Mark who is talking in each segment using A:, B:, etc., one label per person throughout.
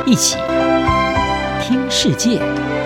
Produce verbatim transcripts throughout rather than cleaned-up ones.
A: 一起听世界。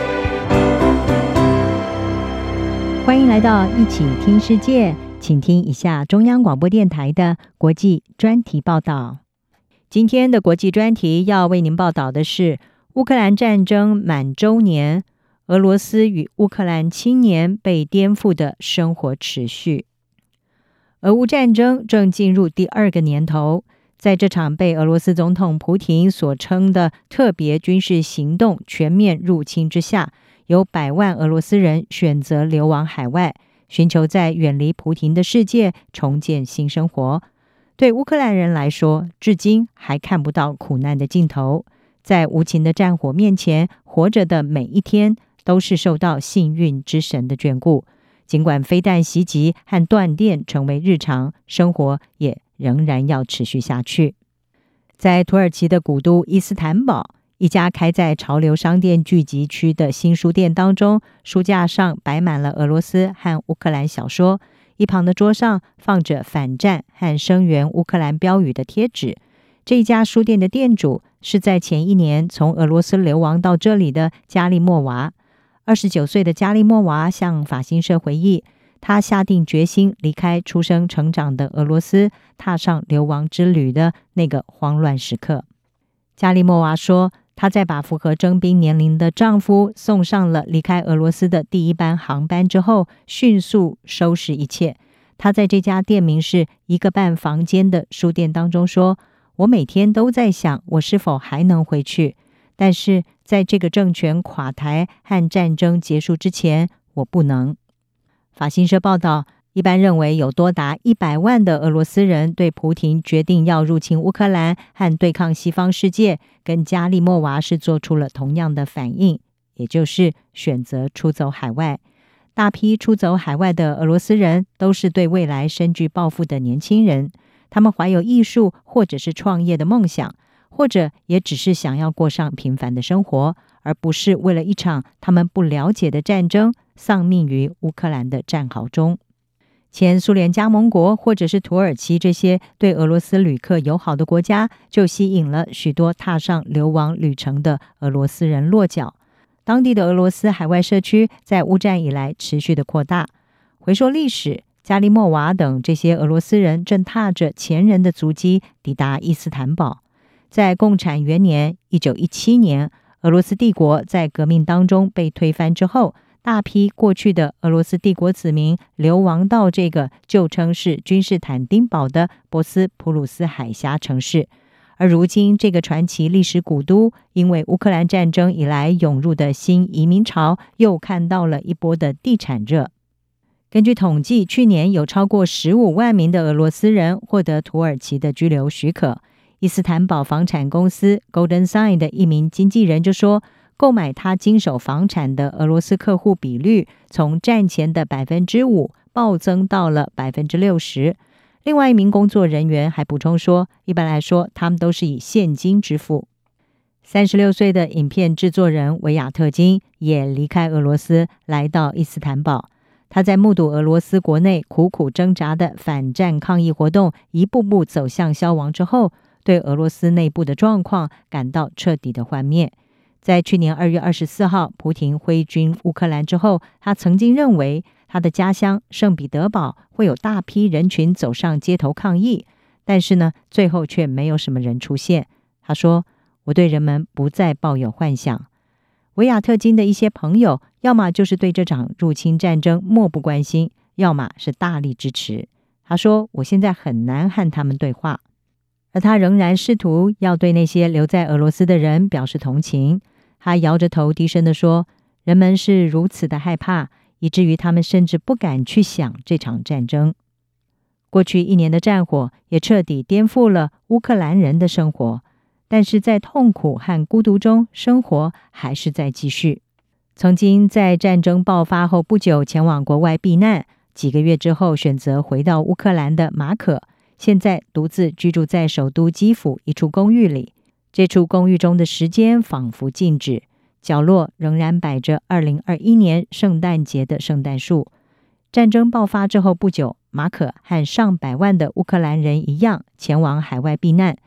B: 欢迎来到一起听世界，请听一下中央广播电台的国际专题报道。今天的国际专题要为您报道的是乌克兰战争满周年，俄罗斯与乌克兰青年被颠覆的生活持续。俄乌战争正进入第二个年头，在这场被俄罗斯总统普廷所称的特别军事行动全面入侵之下，有百万俄罗斯人选择流亡海外，寻求在远离普廷的世界重建新生活。对乌克兰人来说，至今还看不到苦难的尽头。在无情的战火面前，活着的每一天都是受到幸运之神的眷顾。尽管飞弹袭击和断电成为日常，生活也仍然要持续下去。在土耳其的古都伊斯坦堡，一家开在潮流商店聚集区的新书店当中，书架上摆满了俄罗斯和乌克兰小说，一旁的桌上放着反战和声援乌克兰标语的贴纸。这一家书店的店主是在前一年从俄罗斯流亡到这里的加利莫娃。二十九岁的加利莫娃向法新社回忆，他下定决心离开出生成长的俄罗斯，踏上流亡之旅的那个慌乱时刻。加利莫娃说，她在把符合征兵年龄的丈夫送上了离开俄罗斯的第一班航班之后，迅速收拾一切。她在这家店名是一个半房间的书店当中说，我每天都在想我是否还能回去，但是在这个政权垮台和战争结束之前，我不能。法新社报道，一般认为有多达一百万的俄罗斯人对普廷决定要入侵乌克兰和对抗西方世界，跟加利莫娃是做出了同样的反应，也就是选择出走海外。大批出走海外的俄罗斯人都是对未来深具抱负的年轻人，他们怀有艺术或者是创业的梦想，或者也只是想要过上平凡的生活，而不是为了一场他们不了解的战争丧命于乌克兰的战壕中。前苏联加盟国或者是土耳其这些对俄罗斯旅客友好的国家，就吸引了许多踏上流亡旅程的俄罗斯人落脚。当地的俄罗斯海外社区在乌战以来持续的扩大。回溯历史，加利莫娃等这些俄罗斯人正踏着前人的足迹抵达伊斯坦堡。在共产元年一九一七年，俄罗斯帝国在革命当中被推翻之后，大批过去的俄罗斯帝国子民流亡到这个旧称是君士坦丁堡的博斯普鲁斯海峡城市。而如今这个传奇历史古都，因为乌克兰战争以来涌入的新移民潮，又看到了一波的地产热。根据统计，去年有超过十五万名的俄罗斯人获得土耳其的居留许可。伊斯坦堡房产公司 Golden Sign 的一名经纪人就说，购买他经手房产的俄罗斯客户比率从战前的 百分之五 暴增到了 百分之六十。 另外一名工作人员还补充说，一般来说他们都是以现金支付。三十六岁的影片制作人维亚特金也离开俄罗斯来到伊斯坦堡。他在目睹俄罗斯国内苦苦挣扎的反战抗议活动一步步走向消亡之后，对俄罗斯内部的状况感到彻底的幻灭。在去年二月二十四号，普廷挥军乌克兰之后，他曾经认为他的家乡圣彼得堡会有大批人群走上街头抗议，但是呢，最后却没有什么人出现。他说，我对人们不再抱有幻想。维亚特金的一些朋友，要么就是对这场入侵战争漠不关心，要么是大力支持。他说，我现在很难和他们对话。而他仍然试图要对那些留在俄罗斯的人表示同情。他摇着头低声地说，人们是如此的害怕，以至于他们甚至不敢去想这场战争。过去一年的战火也彻底颠覆了乌克兰人的生活，但是在痛苦和孤独中，生活还是在继续。曾经在战争爆发后不久前往国外避难，几个月之后选择回到乌克兰的马可，现在独自居住在首都基辅一处公寓里。这处公寓中的时间仿佛静止，角落仍然摆着二零二一年圣诞节的圣诞树。战争爆发之后不久，马可和上百万的乌克兰人一样前往海外避难。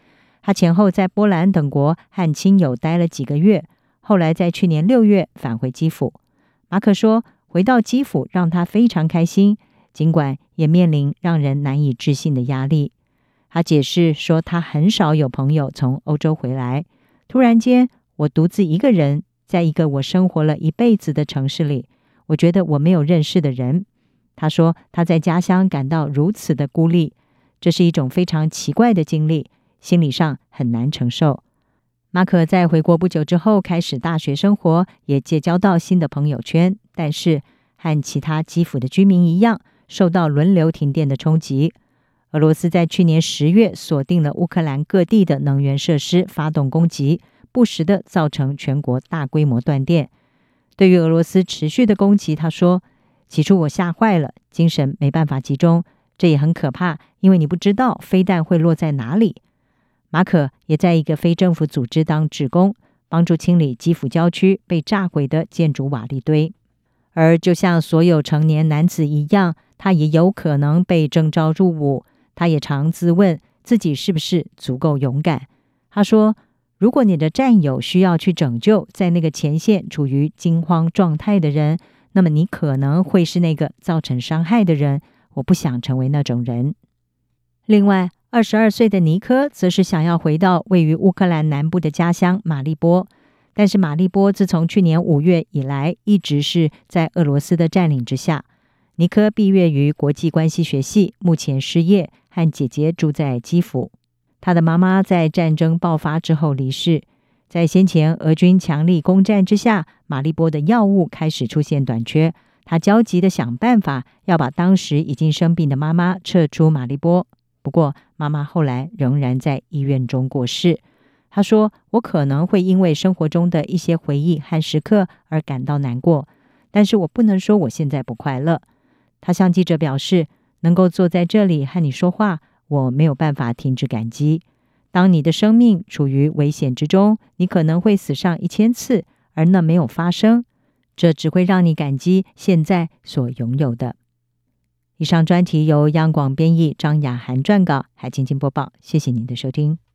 B: 他前后在波兰等国和亲友待了几个月，后来在去年六月返回基辅。马可说，回到基辅让他非常开心，尽管也面临让人难以置信的压力。他解释说，他很少有朋友从欧洲回来，突然间我独自一个人在一个我生活了一辈子的城市里，我觉得我没有认识的人。他说他在家乡感到如此的孤立，这是一种非常奇怪的经历，心理上很难承受。马可在回国不久之后开始大学生活，也结交到新的朋友圈，但是和其他基辅的居民一样，受到轮流停电的冲击。俄罗斯在去年十月锁定了乌克兰各地的能源设施，发动攻击，不时地造成全国大规模断电。对于俄罗斯持续的攻击，他说，起初我吓坏了，精神没办法集中，这也很可怕，因为你不知道飞弹会落在哪里。马可也在一个非政府组织当志工，帮助清理基辅郊区被炸毁的建筑瓦砾堆。而就像所有成年男子一样，他也有可能被征召入伍。他也常自问自己是不是足够勇敢。他说，如果你的战友需要去拯救在那个前线处于惊慌状态的人，那么你可能会是那个造成伤害的人，我不想成为那种人。另外，二十二岁的尼科则是想要回到位于乌克兰南部的家乡马利波，但是马利波自从去年五月以来一直是在俄罗斯的占领之下。尼科毕业于国际关系学系，目前失业，和姐姐住在基辅。他的妈妈在战争爆发之后离世，在先前俄军强力攻占之下，马利波的药物开始出现短缺，他焦急地想办法要把当时已经生病的妈妈撤出马利波。不过妈妈后来仍然在医院中过世。他说，我可能会因为生活中的一些回忆和时刻而感到难过，但是我不能说我现在不快乐。他向记者表示，能够坐在这里和你说话，我没有办法停止感激。当你的生命处于危险之中，你可能会死上一千次，而那没有发生，这只会让你感激现在所拥有的。以上专题由央广编译，张雅涵撰稿，海清清播报。谢谢您的收听。